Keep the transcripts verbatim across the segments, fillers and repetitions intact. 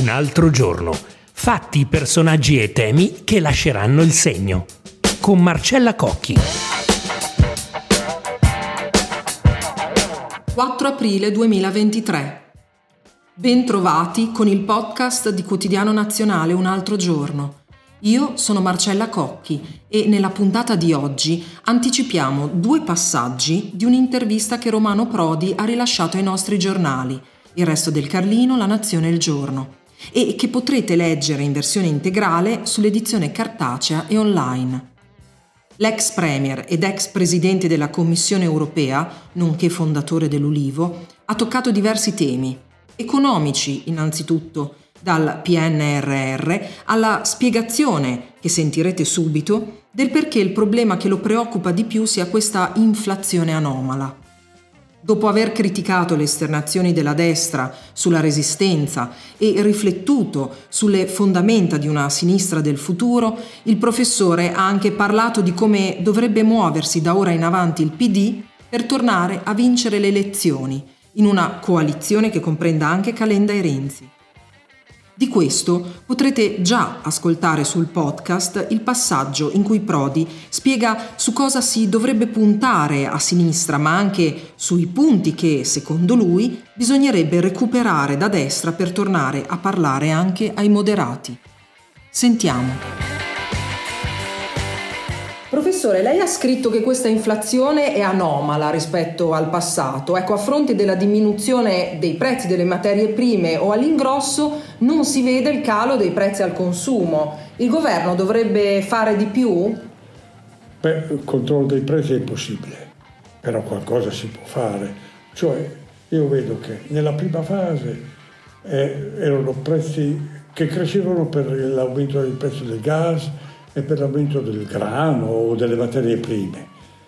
Un altro giorno. Fatti, personaggi e temi che lasceranno il segno. Con Marcella Cocchi. quattro aprile duemilaventitré. Bentrovati con il podcast di Quotidiano Nazionale Un altro giorno. Io sono Marcella Cocchi e nella puntata di oggi anticipiamo due passaggi di un'intervista che Romano Prodi ha rilasciato ai nostri giornali, Il Resto del Carlino, La Nazione e Il Giorno, e che potrete leggere in versione integrale sull'edizione cartacea e online. L'ex premier ed ex presidente della Commissione europea, nonché fondatore dell'Ulivo, ha toccato diversi temi, economici innanzitutto, dal P N R R alla spiegazione, che sentirete subito, del perché il problema che lo preoccupa di più sia questa inflazione anomala. Dopo aver criticato le esternazioni della destra sulla resistenza e riflettuto sulle fondamenta di una sinistra del futuro, il professore ha anche parlato di come dovrebbe muoversi da ora in avanti il P D per tornare a vincere le elezioni, in una coalizione che comprenda anche Calenda e Renzi. Di questo potrete già ascoltare sul podcast il passaggio in cui Prodi spiega su cosa si dovrebbe puntare a sinistra, ma anche sui punti che, secondo lui, bisognerebbe recuperare da destra per tornare a parlare anche ai moderati. Sentiamo. Professore, lei ha scritto che questa inflazione è anomala rispetto al passato. Ecco, a fronte della diminuzione dei prezzi delle materie prime o all'ingrosso, non si vede il calo dei prezzi al consumo. Il governo dovrebbe fare di più? Beh, il controllo dei prezzi è impossibile, però qualcosa si può fare. Cioè, io vedo che nella prima fase eh, erano prezzi che crescevano per l'aumento del prezzo del gas e per l'aumento del grano o delle materie prime,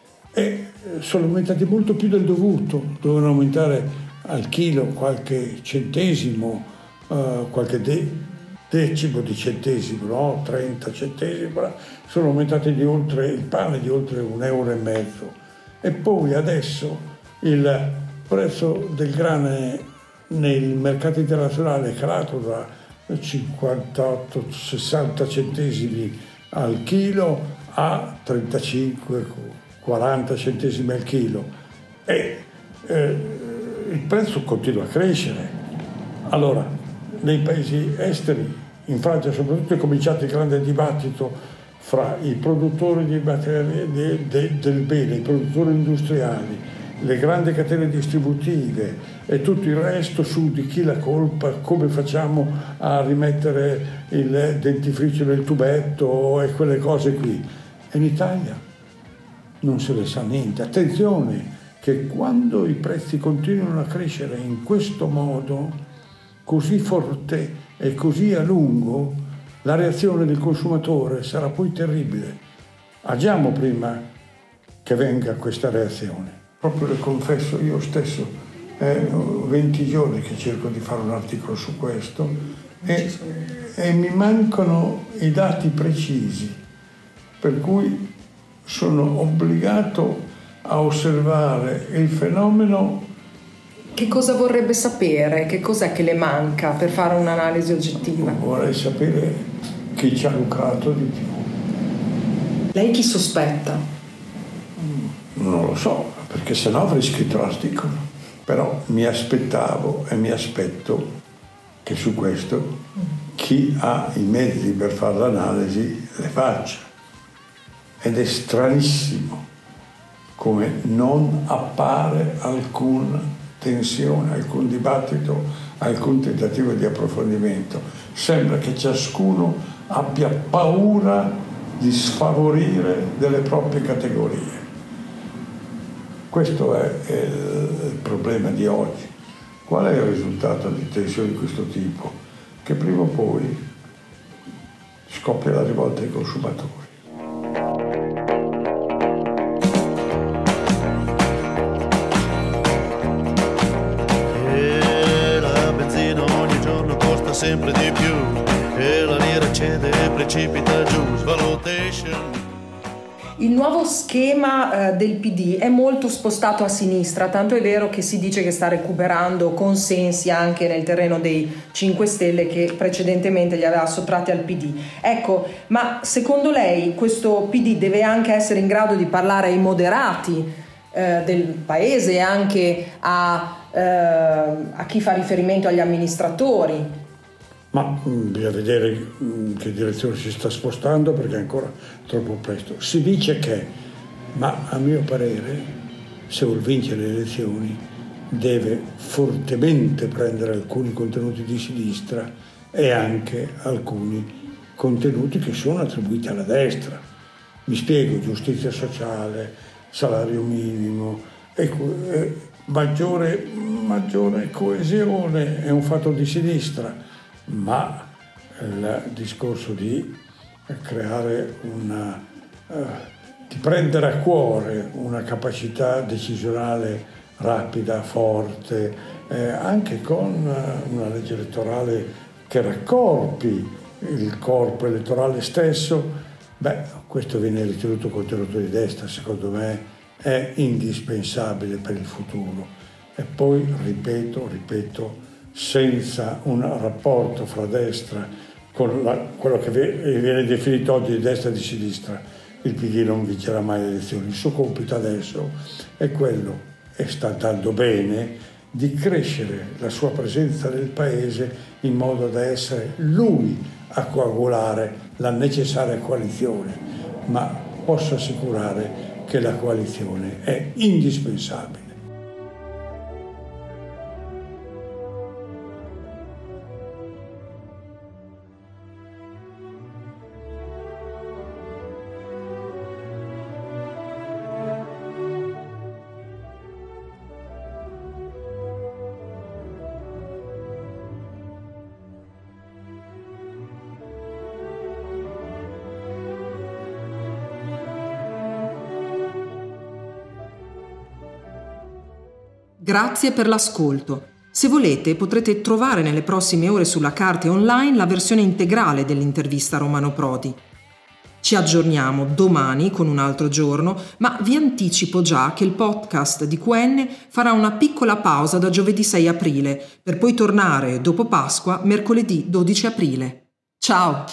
e sono aumentati molto più del dovuto. Dovevano aumentare al chilo qualche centesimo, uh, qualche de- decimo di centesimo, no? trenta centesimi, sono aumentati di oltre il pane di oltre un euro e mezzo. E poi adesso il prezzo del grano nel mercato internazionale è calato da cinquantotto sessanta centesimi al chilo a trentacinque quaranta centesimi al chilo, e eh, il prezzo continua a crescere. Allora, nei paesi esteri, in Francia soprattutto, è cominciato il grande dibattito fra i produttori di materie de, de, del bene, i produttori industriali, le grandi catene distributive e tutto il resto su di chi la colpa, come facciamo a rimettere il dentifricio nel tubetto e quelle cose qui. E in Italia non se ne sa niente. Attenzione che quando i prezzi continuano a crescere in questo modo, così forte e così a lungo, la reazione del consumatore sarà poi terribile. Agiamo prima che venga questa reazione. Proprio le confesso, io stesso è venti giorni che cerco di fare un articolo su questo e, e mi mancano i dati precisi, per cui sono obbligato a osservare il fenomeno. Che cosa vorrebbe sapere? Che cos'è che le manca per fare un'analisi oggettiva? Vorrei sapere chi ci ha lucrato di più. Lei chi sospetta? Non lo so, perché sennò avrei scritto l'articolo. Però mi aspettavo e mi aspetto che su questo chi ha i mezzi per fare l'analisi le faccia. Ed è stranissimo come non appare alcuna tensione, alcun dibattito, alcun tentativo di approfondimento. Sembra che ciascuno abbia paura di sfavorire delle proprie categorie. Questo è il problema di oggi. Qual è il risultato di tensioni di questo tipo? Che prima o poi scoppia la rivolta dei consumatori. E la benzina ogni giorno costa sempre di più e la lira cede e precipita giù. Svalutation. il nuovo schema eh, del P D è molto spostato a sinistra, tanto è vero che si dice che sta recuperando consensi anche nel terreno dei cinque Stelle che precedentemente gli aveva sottratti al P D. Ecco, ma secondo lei questo P D deve anche essere in grado di parlare ai moderati eh, del paese e anche a, eh, a chi fa riferimento agli amministratori? Ma mh, bisogna vedere mh, che direzione si sta spostando, perché è ancora troppo presto. Si dice che, ma a mio parere, se vuol vincere le elezioni, deve fortemente prendere alcuni contenuti di sinistra e anche alcuni contenuti che sono attribuiti alla destra. Mi spiego: giustizia sociale, salario minimo, equ- eh, maggiore, maggiore coesione è un fatto di sinistra. Ma il discorso di creare una, uh, di prendere a cuore una capacità decisionale rapida, forte, eh, anche con una legge elettorale che raccorpi il corpo elettorale stesso, beh, questo viene ritenuto contenuto di destra, secondo me è indispensabile per il futuro. E poi, ripeto, ripeto, senza un rapporto fra destra con la, quello che viene definito oggi di destra e di sinistra, il P D non vincerà mai le elezioni. Il suo compito adesso è quello, e sta andando bene, di crescere la sua presenza nel paese in modo da essere lui a coagulare la necessaria coalizione, ma posso assicurare che la coalizione è indispensabile. Grazie per l'ascolto. Se volete potrete trovare nelle prossime ore sulla Carte online la versione integrale dell'intervista a Romano Prodi. Ci aggiorniamo domani con un altro giorno, ma vi anticipo già che il podcast di Q N farà una piccola pausa da giovedì sei aprile, per poi tornare dopo Pasqua mercoledì dodici aprile. Ciao!